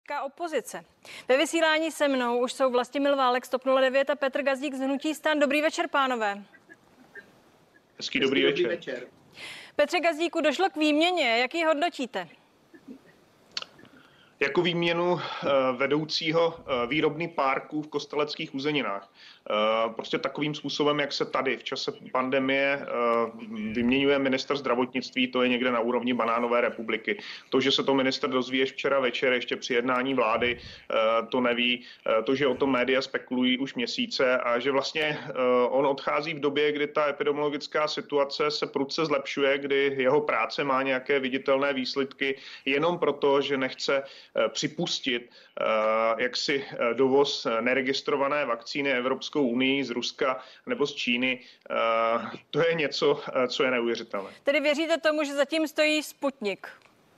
Opozice. Ve vysílání se mnou už jsou Vlastimil Válek z TOP 09 a Petr Gazdík z hnutí STAN. Dobrý večer, pánové. Hezký dobrý večer. Petře Gazdíku, došlo k výměně. Jak ji hodnotíte? Jako výměnu vedoucího výrobny párků v Kosteleckých uzeninách. Prostě takovým způsobem, jak se tady v čase pandemie vyměňuje ministr zdravotnictví, to je někde na úrovni banánové republiky. To, že se to ministr dozví včera večer ještě při jednání vlády, to neví. To, že o tom média spekulují už měsíce a že vlastně on odchází v době, kdy ta epidemiologická situace se prudce zlepšuje, kdy jeho práce má nějaké viditelné výsledky, jenom proto, že nechce připustit jaksi dovoz neregistrované vakcíny Evropskou unii z Ruska nebo z Číny. To je něco, co je neuvěřitelné. Tedy věříte tomu, že zatím stojí Sputnik?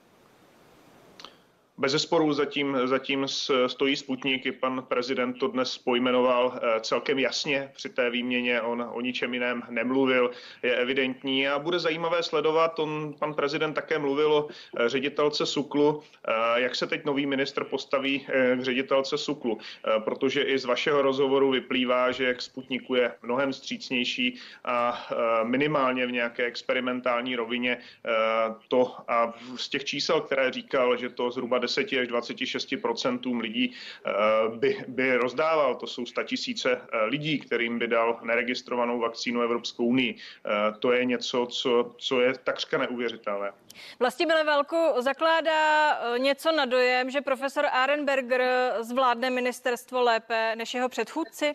Bezesporu zatím stojí Sputnik, i pan prezident to dnes pojmenoval celkem jasně při té výměně, on o ničem jiném nemluvil, je evidentní a bude zajímavé sledovat, pan prezident také mluvil o ředitelce SÚKLu, jak se teď nový ministr postaví k ředitelce SÚKLu, protože i z vašeho rozhovoru vyplývá, že k Sputniku je mnohem vstřícnější a minimálně v nějaké experimentální rovině to a z těch čísel, které říkal, že to zhruba 10 až 26% lidí by rozdával. To jsou 100 000 lidí, kterým by dal neregistrovanou vakcínu Evropskou unii. To je něco, co je takřka neuvěřitelné. Vlastimile Válku, zakládá něco na dojem, že profesor Arenberger zvládne ministerstvo lépe než jeho předchůdci?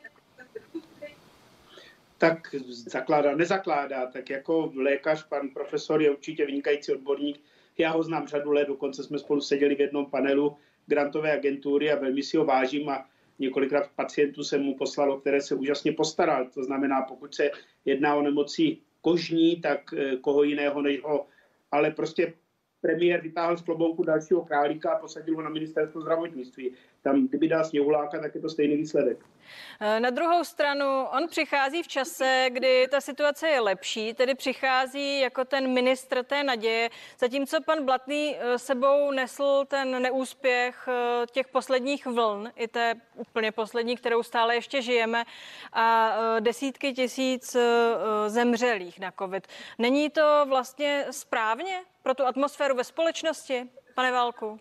Tak zakládá, nezakládá. Tak jako lékař pan profesor je určitě vynikající odborník. Já ho znám řadu let, dokonce jsme spolu seděli v jednom panelu grantové agentury a velmi si ho vážím a několikrát pacientů jsem mu poslal, o které se úžasně postaral. To znamená, pokud se jedná o nemoci kožní, tak koho jiného než ho. Ale prostě premiér vytáhl z klobouku dalšího králíka a posadil ho na ministerstvo zdravotnictví. Tam, kdyby dal Sněhuláka, tak je to stejný výsledek. Na druhou stranu, on přichází v čase, kdy ta situace je lepší, tedy přichází jako ten ministr té naděje, zatímco pan Blatný sebou nesl ten neúspěch těch posledních vln, i té úplně poslední, kterou stále ještě žijeme, a desítky tisíc zemřelých na covid. Není to vlastně správně pro tu atmosféru ve společnosti, pane Válku?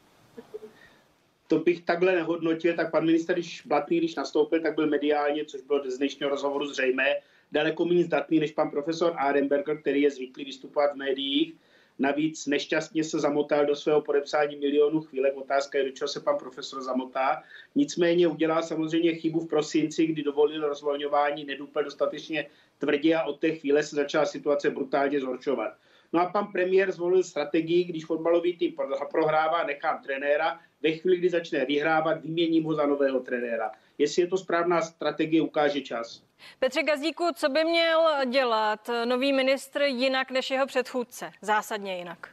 To bych takhle nehodnotil, tak pan minister, když nastoupil, tak byl mediálně, což bylo z dnešního rozhovoru zřejmé, daleko méně zdatný než pan profesor Arenberger, který je zvyklý vystupovat v médiích. Navíc nešťastně se zamotal do svého podepsání milionů chvílek. Otázka je, do čeho se pan profesor zamotá. Nicméně udělal samozřejmě chybu v prosinci, kdy dovolil rozvolňování, nedupl dostatečně tvrdě a od té chvíle se začala situace brutálně zhoršovat. No a pan premiér zvolil strategii, když fotbalový tým prohrává, nechám trenéra, ve chvíli, kdy začne vyhrávat, vyměním ho za nového trenéra. Jestli je to správná strategie, ukáže čas. Petře Gazdíku, co by měl dělat nový ministr jinak než jeho předchůdce? Zásadně jinak.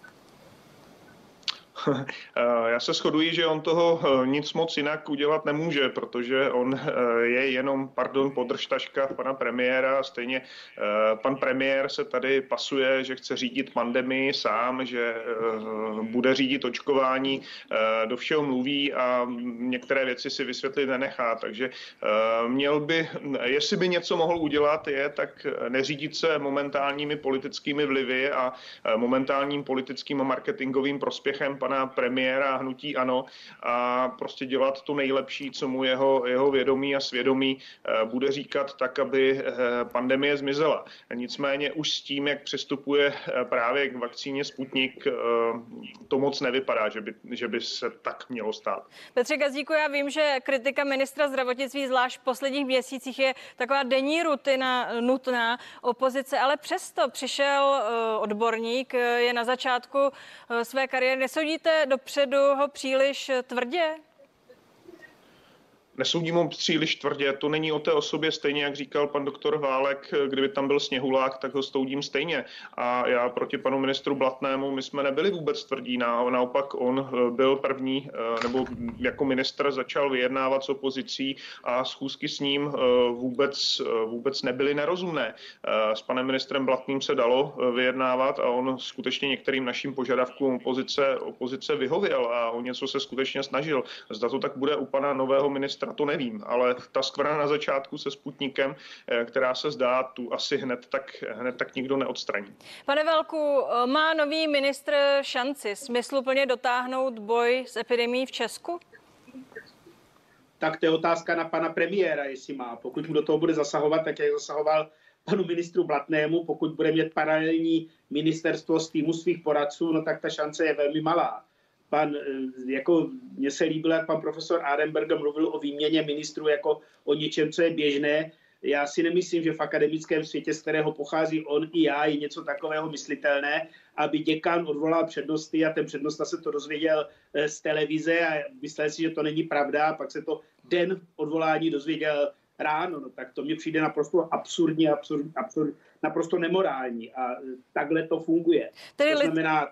Já se shoduji, že on toho nic moc jinak udělat nemůže, protože on je jenom, podržtaška pana premiéra. Stejně pan premiér se tady pasuje, že chce řídit pandemii sám, že bude řídit očkování, do všeho mluví a některé věci si vysvětlit nenechá. Takže jestli by něco mohl udělat, je tak neřídit se momentálními politickými vlivy a momentálním politickým a marketingovým prospěchem pana premiéra hnutí ANO a prostě dělat to nejlepší, co mu jeho vědomí a svědomí bude říkat tak, aby pandemie zmizela. Nicméně už s tím, jak přistupuje právě k vakcíně Sputnik, to moc nevypadá, že by se tak mělo stát. Petře Gazdíku, já vím, že kritika ministra zdravotnictví zvlášť v posledních měsících je taková denní rutina nutná opozice, ale přesto přišel odborník, je na začátku své kariéry. Nesoudíte dopředu ho příliš tvrdě? Nesoudím ho příliš tvrdě, to není o té osobě, stejně jak říkal pan doktor Válek, kdyby tam byl Sněhulák, tak ho soudím stejně. A já proti panu ministru Blatnému, my jsme nebyli vůbec tvrdí, naopak on byl první, nebo jako ministr začal vyjednávat s opozicí a schůzky s ním vůbec nebyly nerozumné. S panem ministrem Blatným se dalo vyjednávat a on skutečně některým našim požadavkům opozice vyhověl a o něco se skutečně snažil. Zda to tak bude u pana nového ministra, to nevím, ale ta skvrna na začátku se Sputnikem, která se zdá, tu asi hned tak nikdo neodstraní. Pane Válku, má nový ministr šanci smysluplně dotáhnout boj s epidemií v Česku? Tak to je otázka na pana premiéra, jestli má. Pokud mu do toho bude zasahovat, tak jak zasahoval panu ministru Blatnému, pokud bude mít paralelní ministerstvo z týmu svých poradců, no tak ta šance je velmi malá. Mně se líbilo, jak pan profesor Arenberger mluvil o výměně ministrů jako o něčem, co je běžné. Já si nemyslím, že v akademickém světě, z kterého pochází on i já, je něco takového myslitelné, aby děkan odvolal přednosty a ten přednosta se to dozvěděl z televize a myslel si, že to není pravda a pak se to den odvolání dozvěděl ráno. No, tak to mně přijde naprosto absurdní, naprosto nemorální a takhle to funguje. Tedy to znamená,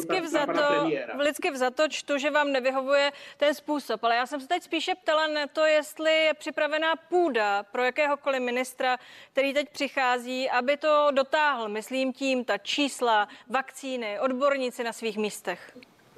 lidsky vzato čtu, že vám nevyhovuje ten způsob, ale já jsem se teď spíše ptala na to, jestli je připravená půda pro jakéhokoliv ministra, který teď přichází, aby to dotáhl, myslím tím ta čísla, vakcíny, odborníci na svých místech.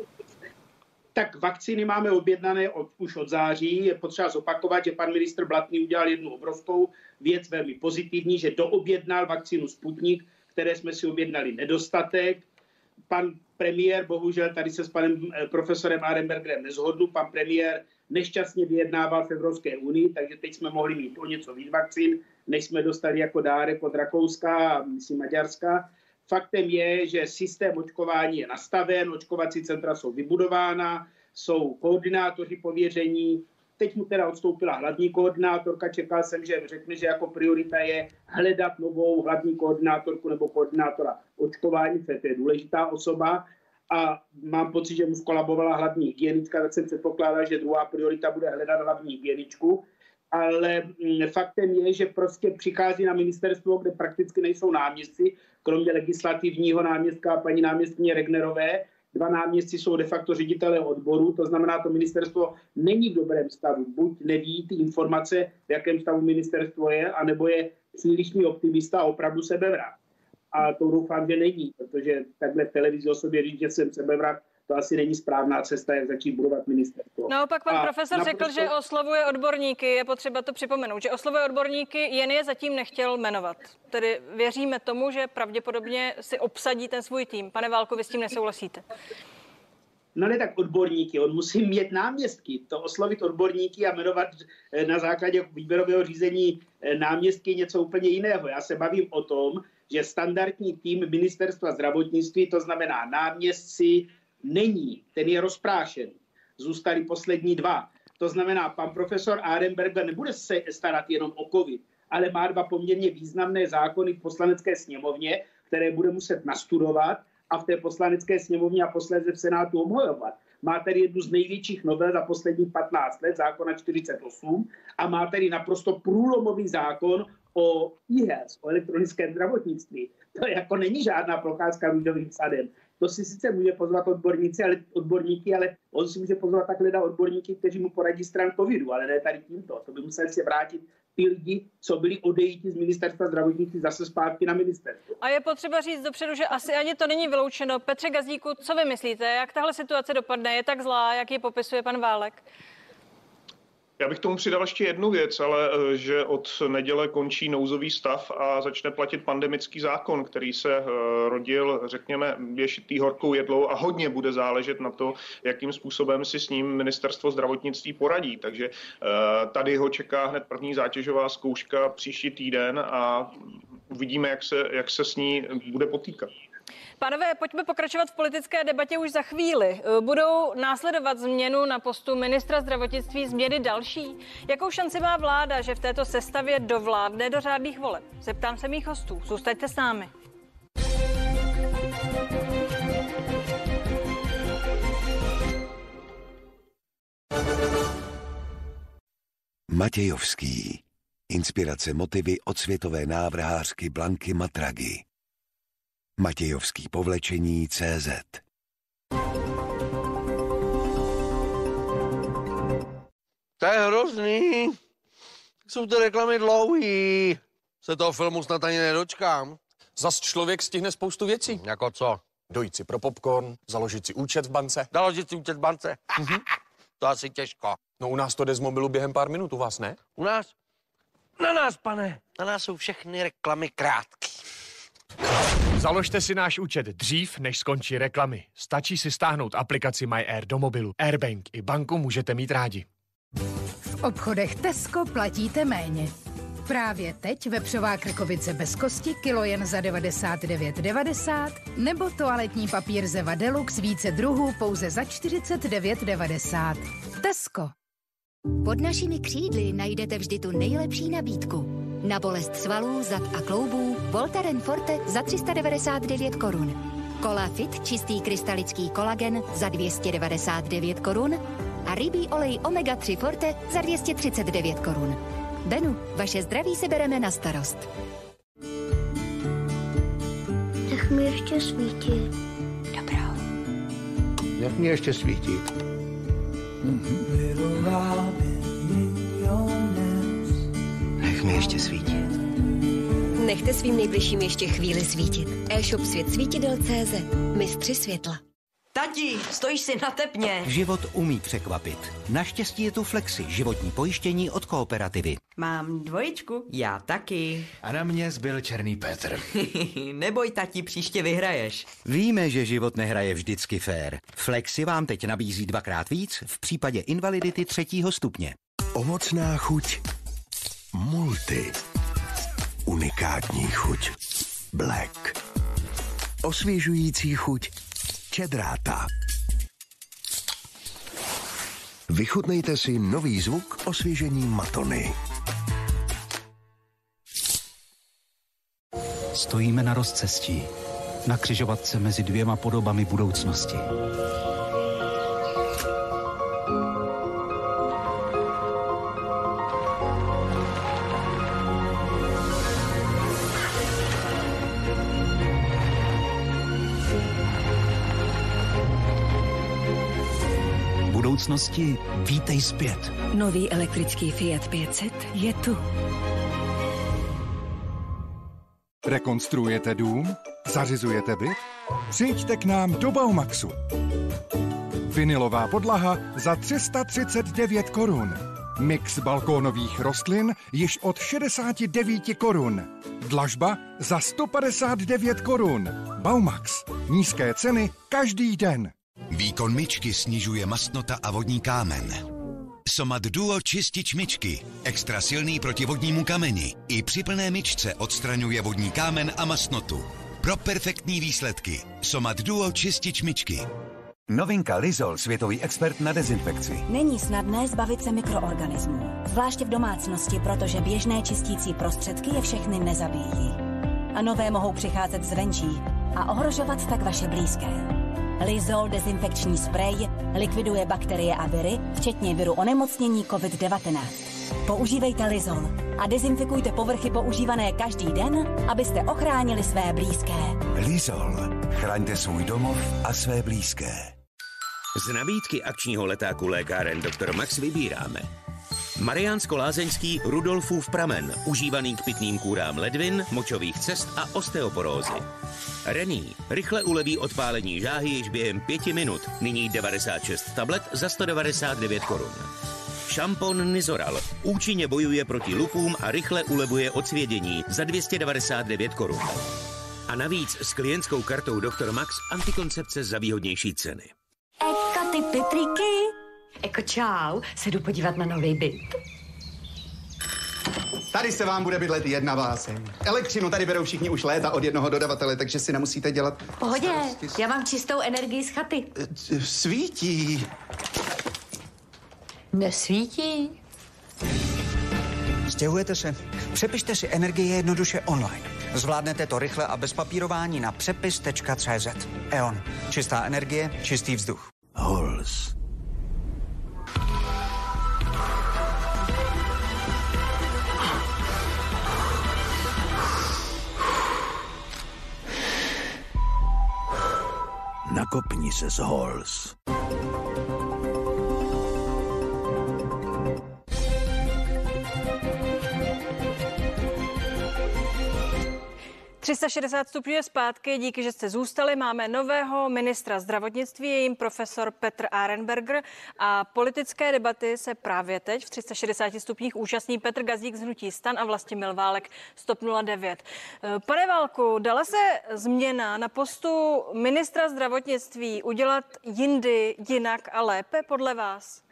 Tak vakcíny máme objednané už od září. Je potřeba zopakovat, že pan ministr Blatný udělal jednu obrovskou věc, velmi pozitivní, že doobjednal vakcínu Sputnik, které jsme si objednali nedostatek. Pan premiér, bohužel tady se s panem profesorem Arenbergerem nezhodnu, pan premiér nešťastně vyjednával v Evropské unii, takže teď jsme mohli mít o něco víc vakcín, než jsme dostali jako dárek od Rakouska a myslím Maďarska. Faktem je, že systém očkování je nastaven, očkovací centra jsou vybudována, jsou koordinátoři pověření. Teď mu teda odstoupila hlavní koordinátorka, čekal jsem, že řekne, že jako priorita je hledat novou hlavní koordinátorku nebo koordinátora očkování, to je důležitá osoba. A mám pocit, že mu skolabovala hlavní hygienička, tak jsem předpokládal, že druhá priorita bude hledat hlavní hygieničku. Ale faktem je, že prostě přichází na ministerstvo, kde prakticky nejsou náměstci, kromě legislativního náměstka a paní náměstkyně Regnerové. 2 náměstci jsou de facto ředitelé odboru, to znamená, to ministerstvo není v dobrém stavu. Buď neví ty informace, v jakém stavu ministerstvo je, anebo je přílišný optimista a opravdu sebevrah. A to doufám, že není, protože takhle v televizi o sobě říct, že jsem sebevrah, to asi není správná cesta, jak začít budovat ministerstvo. Naopak pan profesor řekl, že oslovuje odborníky, je potřeba to připomenout, že oslovuje odborníky, jen je zatím nechtěl jmenovat. Tedy věříme tomu, že pravděpodobně si obsadí ten svůj tým. Pane Válku, vy s tím nesouhlasíte? No ne, tak odborníky, on musí mít náměstky. To oslovit odborníky a jmenovat na základě výběrového řízení náměstky něco úplně jiného. Já se bavím o tom, že standardní tým ministerstva zdravotnictví, to znamená náměstci, není, ten je rozprášený. Zůstali poslední 2. To znamená, pan profesor Arenberger nebude se starat jenom o covid, ale má 2 poměrně významné zákony v poslanecké sněmovně, které bude muset nastudovat a v té poslanecké sněmovně a posléze v Senátu obhajovat. Má tady jednu z největších novel za posledních 15 let, zákona 48, a má tady naprosto průlomový zákon o e-health, o elektronickém zdravotnictví. To jako není žádná procházka růžovým sadem. To si sice může pozvat odborníky, ale on si může pozvat takhle na odborníky, kteří mu poradí stran covidu, ale ne tady tímto. To by museli se vrátit ty lidi, co byli odejiti z ministerstva zdravotnictví zase zpátky na ministerstvo. A je potřeba říct dopředu, že asi ani to není vyloučeno. Petře Gazdíku, co vy myslíte? Jak tahle situace dopadne? Je tak zlá, jak ji popisuje pan Válek? Já bych tomu přidal ještě jednu věc, ale že od neděle končí nouzový stav a začne platit pandemický zákon, který se rodil, řekněme, věšitý horkou jedlou a hodně bude záležet na to, jakým způsobem si s ním ministerstvo zdravotnictví poradí. Takže tady ho čeká hned první zátěžová zkouška příští týden a uvidíme, jak se s ní bude potýkat. Pánové, pojďme pokračovat v politické debatě už za chvíli. Budou následovat změnu na postu ministra zdravotnictví, změny další? Jakou šanci má vláda, že v této sestavě dovládne do řádných voleb? Zeptám se mých hostů. Zůstaňte s námi. Matějovský. Inspirace motivy od světové návrhářky Blanky Matragi. Matějovský povlečení CZ. To je hrozný. Jsou ty reklamy dlouhý. Se toho filmu snad ani nedočkám. Zas člověk stihne spoustu věcí. Jako co? Dojít si pro popcorn, založit si účet v bance. Založit si účet v bance? To asi těžko. No u nás to jde z mobilu během pár minut, u vás ne? U nás? Na nás, pane. Na nás jsou všechny reklamy krátký. Založte si náš účet dřív, než skončí reklamy. Stačí si stáhnout aplikaci MyAir do mobilu. Airbank i banku můžete mít rádi. V obchodech Tesco platíte méně. Právě teď vepřová krkovice bez kosti kilo jen za 99,90 nebo toaletní papír Zeva Deluxe více druhů pouze za 49,90. Tesco. Pod našimi křídly najdete vždy tu nejlepší nabídku. Na bolest svalů, zad a kloubů Voltaren Forte za 399 korun. Colafit čistý krystalický kolagen za 299 korun a rybí olej Omega 3 Forte za 239 korun. Benu, vaše zdraví si bereme na starost. Nech mi ještě svítit. Dobrá. Nech mi ještě svítit. Nech mi ještě svítit. Nechte svým nejbližším ještě chvíli svítit. E-shop Svět svítidel.cz. Mistři světla. Tati, stojíš si na tepně. Život umí překvapit. Naštěstí je tu Flexi, životní pojištění od Kooperativy. Mám dvojičku. Já taky. A na mě zbyl černý Petr. Neboj, tati, příště vyhraješ. Víme, že život nehraje vždycky fér. Flexi vám teď nabízí 2x víc v případě invalidity 3. stupně. Ovocná chuť Multi. Unikátní chuť Black. Osvěžující chuť Čedráta. Vychutnejte si nový zvuk osvěžení Matony. Stojíme na rozcestí, na křižovatce mezi dvěma podobami budoucnosti. Budoucnosti vítej zpět. Nový elektrický Fiat 500 je tu. Rekonstruujete dům? Zařizujete byt? Přijďte k nám do Baumaxu. Vinylová podlaha za 339 korun. Mix balkónových rostlin již od 69 korun. Dlažba za 159 korun. Baumax. Nízké ceny každý den. Výkon myčky snižuje mastnota a vodní kámen. Somat Duo čistič myčky. Extra silný proti vodnímu kameni. I při plné myčce odstraňuje vodní kámen a mastnotu. Pro perfektní výsledky. Somat Duo čistič myčky. Novinka Lizol, světový expert na dezinfekci. Není snadné zbavit se mikroorganismů. Zvláště v domácnosti, protože běžné čistící prostředky je všechny nezabíjí. A nové mohou přicházet zvenčí a ohrožovat tak vaše blízké. Lizol dezinfekční sprej likviduje bakterie a viry, včetně viru onemocnění COVID-19. Používejte Lizol a dezinfikujte povrchy používané každý den, abyste ochránili své blízké. Lizol. Chraňte svůj domov a své blízké. Z nabídky akčního letáku lékáren Dr. Max vybíráme Mariánsko-Lázeňský Rudolfův pramen, užívaný k pitným kůrám ledvin, močových cest a osteoporózy. Rení rychle uleví odpálení žáhy již během 5 minut, nyní 96 tablet za 199 korun. Šampon Nizoral účinně bojuje proti lupům a rychle ulevuje od svědění za 299 korun. A navíc s klientskou kartou Dr. Max antikoncepce za výhodnější ceny. Eko ty Petriky. Eko čau, se jdu podívat na nový byt. Tady se vám bude bydlet jedna báseň. Elektřinu tady berou všichni už léta od jednoho dodavatele, takže si nemusíte dělat... Pohodě, já mám čistou energii z chaty. Svítí. Nesvítí. Stěhujete se? Přepište si energii jednoduše online. Zvládnete to rychle a bez papírování na přepis.cz. E.ON. Čistá energie, čistý vzduch. Halls. Mrs. Halls. ...360 stupňů je zpátky, díky, že jste zůstali. Máme nového ministra zdravotnictví, je jim profesor Petr Arenberger a politické debaty se právě teď v 360 stupních účastní Petr Gazdík z hnutí STAN a Vlastimil Válek z TOP 09. Pane Válku, dala se změna na postu ministra zdravotnictví udělat jindy, jinak a lépe podle vás?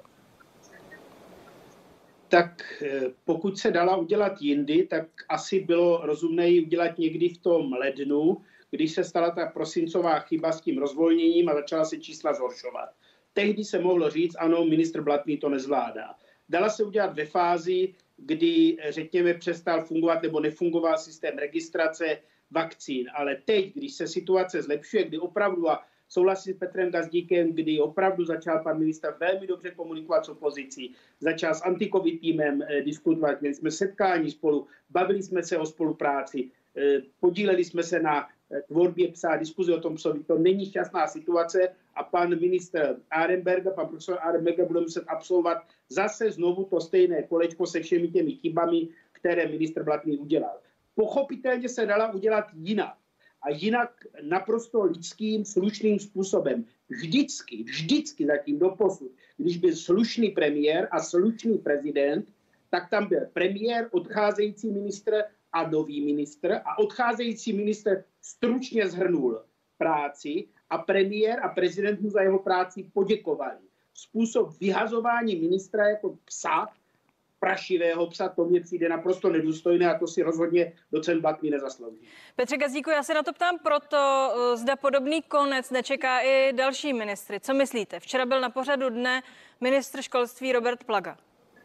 Tak pokud se dala udělat jindy, tak asi bylo rozumné ji udělat někdy v tom lednu, když se stala ta prosincová chyba s tím rozvolněním a začala se čísla zhoršovat. Tehdy se mohlo říct, ano, ministr Blatný to nezvládá. Dala se udělat ve fázi, kdy, řekněme, přestal fungovat nebo nefungoval systém registrace vakcín. Ale teď, když se situace zlepšuje, kdy opravdu, a souhlasím s Petrem Gazdíkem, kdy opravdu začal pan ministr velmi dobře komunikovat s opozicí, začal s anti-covid týmem diskutovat, měli jsme setkání spolu, bavili jsme se o spolupráci, podíleli jsme se na tvorbě psa, diskuzi o tom psovi. To není šťastná situace a pan ministr Arenberger, pan profesor Arenberger bude muset absolvovat zase znovu to stejné kolečko se všemi těmi chybami, které ministr Blatný udělal. Pochopitelně se dala udělat jinak. A jinak naprosto lidským, slušným způsobem. Vždycky zatím doposud, když byl slušný premiér a slušný prezident, tak tam byl premiér, odcházející ministr a nový ministr. A odcházející ministr stručně shrnul práci a premiér a prezident mu za jeho práci poděkovali. Způsob vyhazování ministra jako psa, prašivého psa, to mě přijde naprosto nedůstojné a to si rozhodně docent Blatný nezaslouží. Petře Gazdíku, já se na to ptám proto, zda podobný konec nečeká i další ministry. Co myslíte? Včera byl na pořadu dne ministr školství Robert Plaga.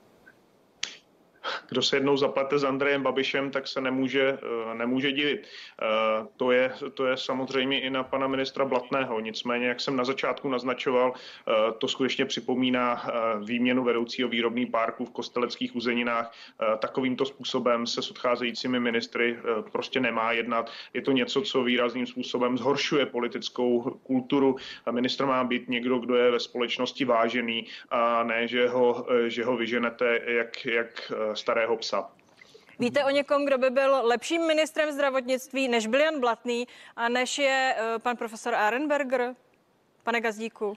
Kdo se jednou zaplete s Andrejem Babišem, tak se nemůže divit. To je samozřejmě i na pana ministra Blatného. Nicméně, jak jsem na začátku naznačoval, to skutečně připomíná výměnu vedoucího výrobní parku v Kosteleckých uzeninách. Takovýmto způsobem se s odcházejícími ministry prostě nemá jednat. Je to něco, co výrazným způsobem zhoršuje politickou kulturu. Ministr má být někdo, kdo je ve společnosti vážený a ne, že ho vyženete jak starého psa. Víte o někom, kdo by byl lepším ministrem zdravotnictví, než byl Jan Blatný a než je pan profesor Arenberger? Pane Gazdíku.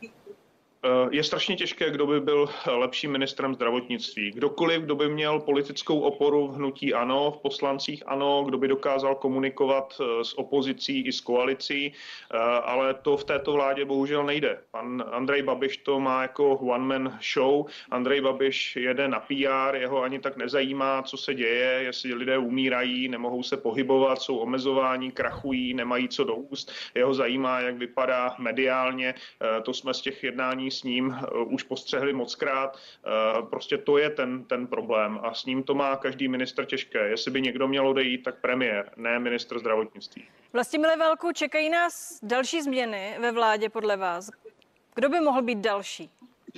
Je strašně těžké, kdo by byl lepším ministrem zdravotnictví. Kdokoliv, kdo by měl politickou oporu v hnutí ANO, v poslancích ANO, kdo by dokázal komunikovat s opozicí i s koalicí, ale to v této vládě bohužel nejde. Pan Andrej Babiš to má jako one-man show. Andrej Babiš jede na PR, jeho ani tak nezajímá, co se děje, jestli lidé umírají, nemohou se pohybovat, jsou omezováni, krachují, nemají co do úst. Jeho zajímá, jak vypadá mediálně. To jsme z těch jednání s ním už postřehli mockrát. Prostě to je ten problém a s ním to má každý ministr těžké. Jestli by někdo měl odejít, tak premiér, ne ministr zdravotnictví. Vlastimile Válku, čekají nás další změny ve vládě podle vás. Kdo by mohl být další?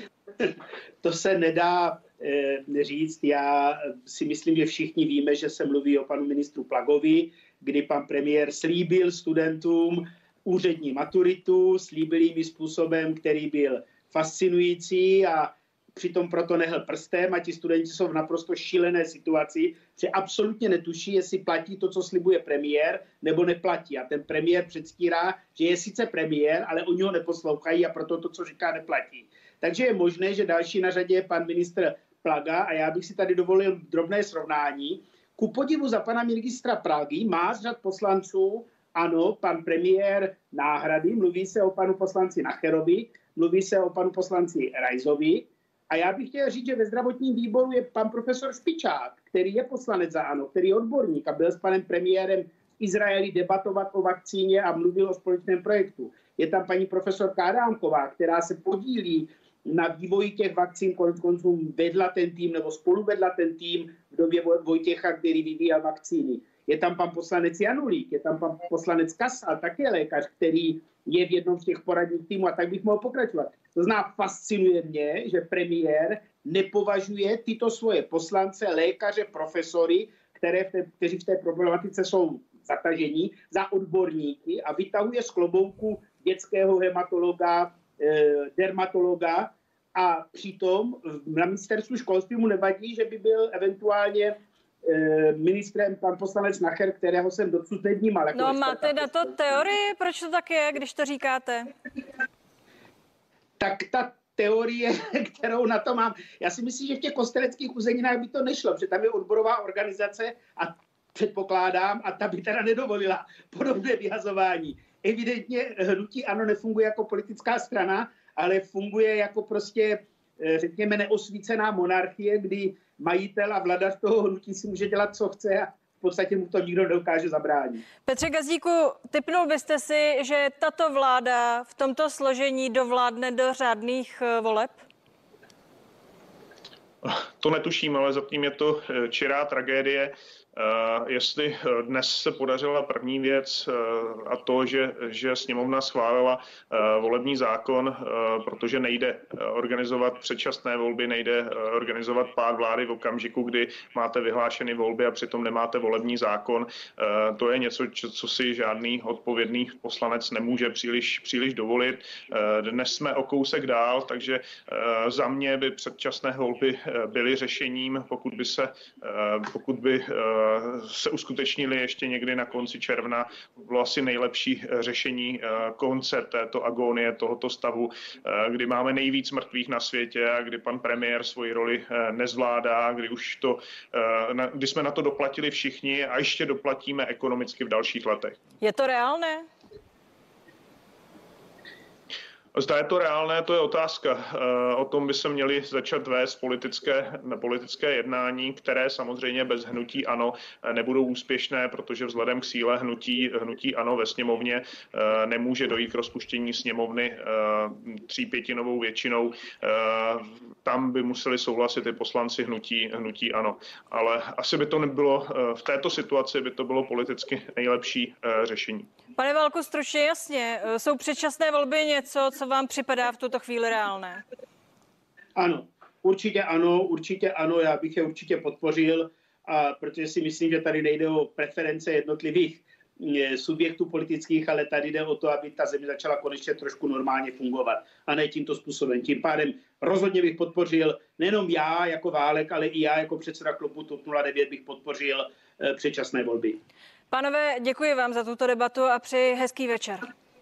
To se nedá říct. Já si myslím, že všichni víme, že se mluví o panu ministru Plagovi, kdy pan premiér slíbil studentům úřední maturitu, slíbil jim způsobem, který byl fascinující a přitom proto nehl prstem a ti studenti jsou v naprosto šílené situaci, že absolutně netuší, jestli platí to, co slibuje premiér, nebo neplatí. A ten premiér předstírá, že je sice premiér, ale oni ho neposlouchají a proto to, co říká, neplatí. Takže je možné, že další na řadě je pan ministr Plaga a já bych si tady dovolil drobné srovnání. Ku podivu za pana ministra Plagy má z řad poslanců ano, pan premiér náhrady, mluví se o panu poslanci Nacherovi, mluví se o panu poslanci Rajzovi. A já bych chtěl říct, že ve zdravotním výboru je pan profesor Špičák, který je poslanec za ANO, který je odborník a byl s panem premiérem v Izraeli debatovat o vakcíně a mluvil o společném projektu. Je tam paní profesorka Adámková, která se podílí na vývoji těch vakcín, konců vedla ten tým nebo spolu vedla ten tým v době Vojtěcha, který vyvíjel vakcíny. Je tam pan poslanec Janulík, je tam pan poslanec Kasal, také lékař, který je v jednom z těch poradních týmů a tak bych mohl pokračovat. To znamená, fascinuje mě, že premiér nepovažuje tyto svoje poslance, lékaře, profesory, kteří v té problematice jsou zatažení za odborníky a vytahuje z klobouku dětského hematologa, dermatologa a přitom na ministerstvu školství mu nevadí, že by byl eventuálně ministrem pan poslanec Nacher, kterého jsem dosud nevnímal. Jako no máte na to teorii, proč to tak je, když to říkáte? Tak ta teorie, kterou na to mám, já si myslím, že v těch kosteleckých uzeninách by to nešlo, protože tam je odborová organizace a předpokládám, a ta by teda nedovolila podobné vyhazování. Evidentně hnutí ANO nefunguje jako politická strana, ale funguje jako prostě, řekněme, neosvícená monarchie, kdy majitel a vladař toho hnutí si může dělat, co chce a v podstatě mu to nikdo nedokáže zabránit. Petře Gazdíku, tipnul byste si, že tato vláda v tomto složení dovládne do řádných voleb? To netuším, ale zatím je to čirá tragédie. Jestli dnes se podařila první věc a to, že sněmovna schválila volební zákon, protože nejde organizovat předčasné volby, nejde organizovat pád vlády v okamžiku, kdy máte vyhlášeny volby a přitom nemáte volební zákon. To je něco, co si žádný odpovědný poslanec nemůže příliš dovolit. Dnes jsme o kousek dál, takže za mě by předčasné volby byly řešením, pokud by se uskutečnili ještě někdy na konci června, bylo asi nejlepší řešení konce této agónie, tohoto stavu, kdy máme nejvíc mrtvých na světě a kdy pan premiér svoji roli nezvládá, kdy jsme na to doplatili všichni a ještě doplatíme ekonomicky v dalších letech. Je to reálné? Zda je to reálné, to je otázka. O tom by se měly začat vést politické jednání, které samozřejmě bez hnutí ANO nebudou úspěšné, protože vzhledem k síle hnutí ANO ve sněmovně nemůže dojít k rozpuštění sněmovny 3/5 většinou. Tam by museli souhlasit i poslanci hnutí ANO. Ale asi by to nebylo, v této situaci by to bylo politicky nejlepší řešení. Pane Válku, stručně jasně, jsou předčasné volby něco, co vám připadá v tuto chvíli reálné? Ano, určitě ano, já bych je určitě podpořil, protože si myslím, že tady nejde o preference jednotlivých subjektů politických, ale tady jde o to, aby ta země začala konečně trošku normálně fungovat a ne tímto způsobem. Tím pádem rozhodně bych podpořil, nejenom já jako Válek, ale i já jako předseda klubu TOP 09 bych podpořil předčasné volby. Pánové, děkuji vám za tuto debatu a přeji hezký večer.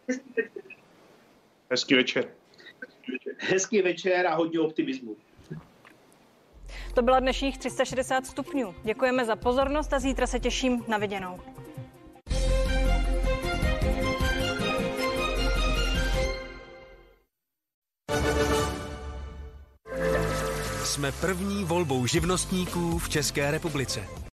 Hezký večer. Hezký večer a hodně optimismu. To byla dnešních 360 stupňů. Děkujeme za pozornost a zítra se těším na viděnou. Jsme první volbou živnostníků v České republice.